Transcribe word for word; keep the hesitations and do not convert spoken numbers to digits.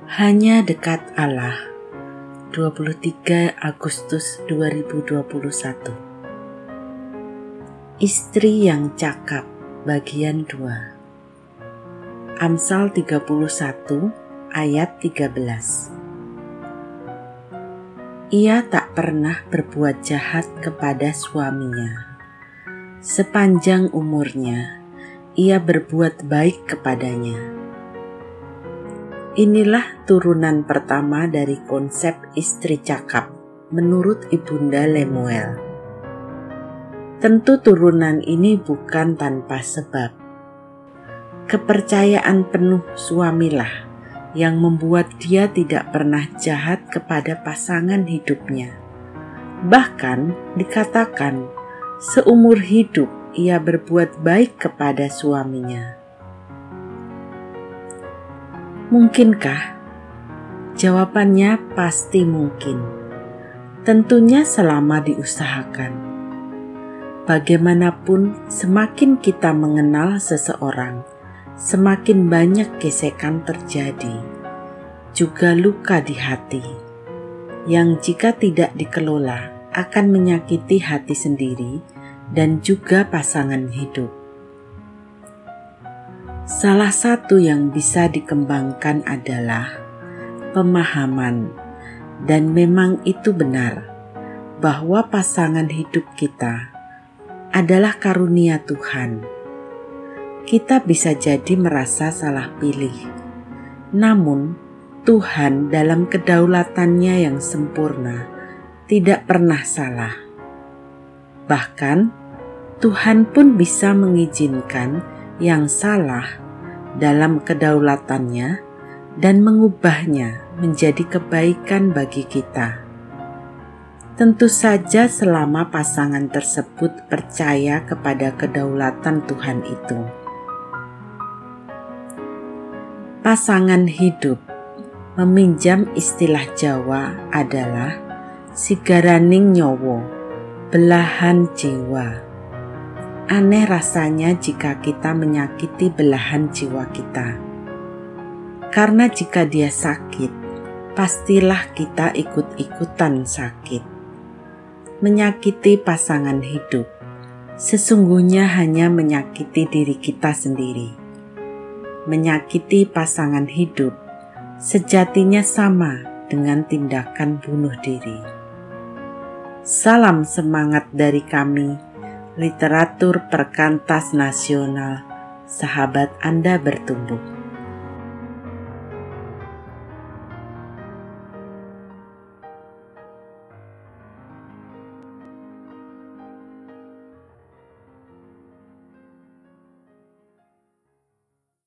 Hanya dekat Allah, dua puluh tiga Agustus dua ribu dua puluh satu. Istri yang cakap, bagian dua. Amsal tiga puluh satu ayat tiga belas. Ia tak pernah berbuat jahat kepada suaminya. Sepanjang umurnya, ia berbuat baik kepadanya. Inilah turunan pertama dari konsep istri cakap menurut Ibunda Lemuel. Tentu turunan ini bukan tanpa sebab. Kepercayaan penuh suamilah yang membuat dia tidak pernah jahat kepada pasangan hidupnya. Bahkan dikatakan seumur hidup ia berbuat baik kepada suaminya. Mungkinkah? Jawabannya pasti mungkin. Tentunya selama diusahakan. Bagaimanapun, semakin kita mengenal seseorang, semakin banyak gesekan terjadi, juga luka di hati, yang jika tidak dikelola akan menyakiti hati sendiri dan juga pasangan hidup. Salah satu yang bisa dikembangkan adalah pemahaman, dan memang itu benar, bahwa pasangan hidup kita adalah karunia Tuhan. Kita bisa jadi merasa salah pilih, namun Tuhan dalam kedaulatannya yang sempurna tidak pernah salah. Bahkan Tuhan pun bisa mengizinkan yang salah dalam kedaulatannya dan mengubahnya menjadi kebaikan bagi kita. Tentu saja selama pasangan tersebut percaya kepada kedaulatan Tuhan itu. Pasangan hidup, meminjam istilah Jawa, adalah sigaraning nyowo, belahan jiwa. Aneh rasanya jika kita menyakiti belahan jiwa kita. Karena jika dia sakit, pastilah kita ikut-ikutan sakit. Menyakiti pasangan hidup sesungguhnya hanya menyakiti diri kita sendiri. Menyakiti pasangan hidup sejatinya sama dengan tindakan bunuh diri. Salam semangat dari kami, Literatur Perkantas Nasional, sahabat Anda bertumbuh.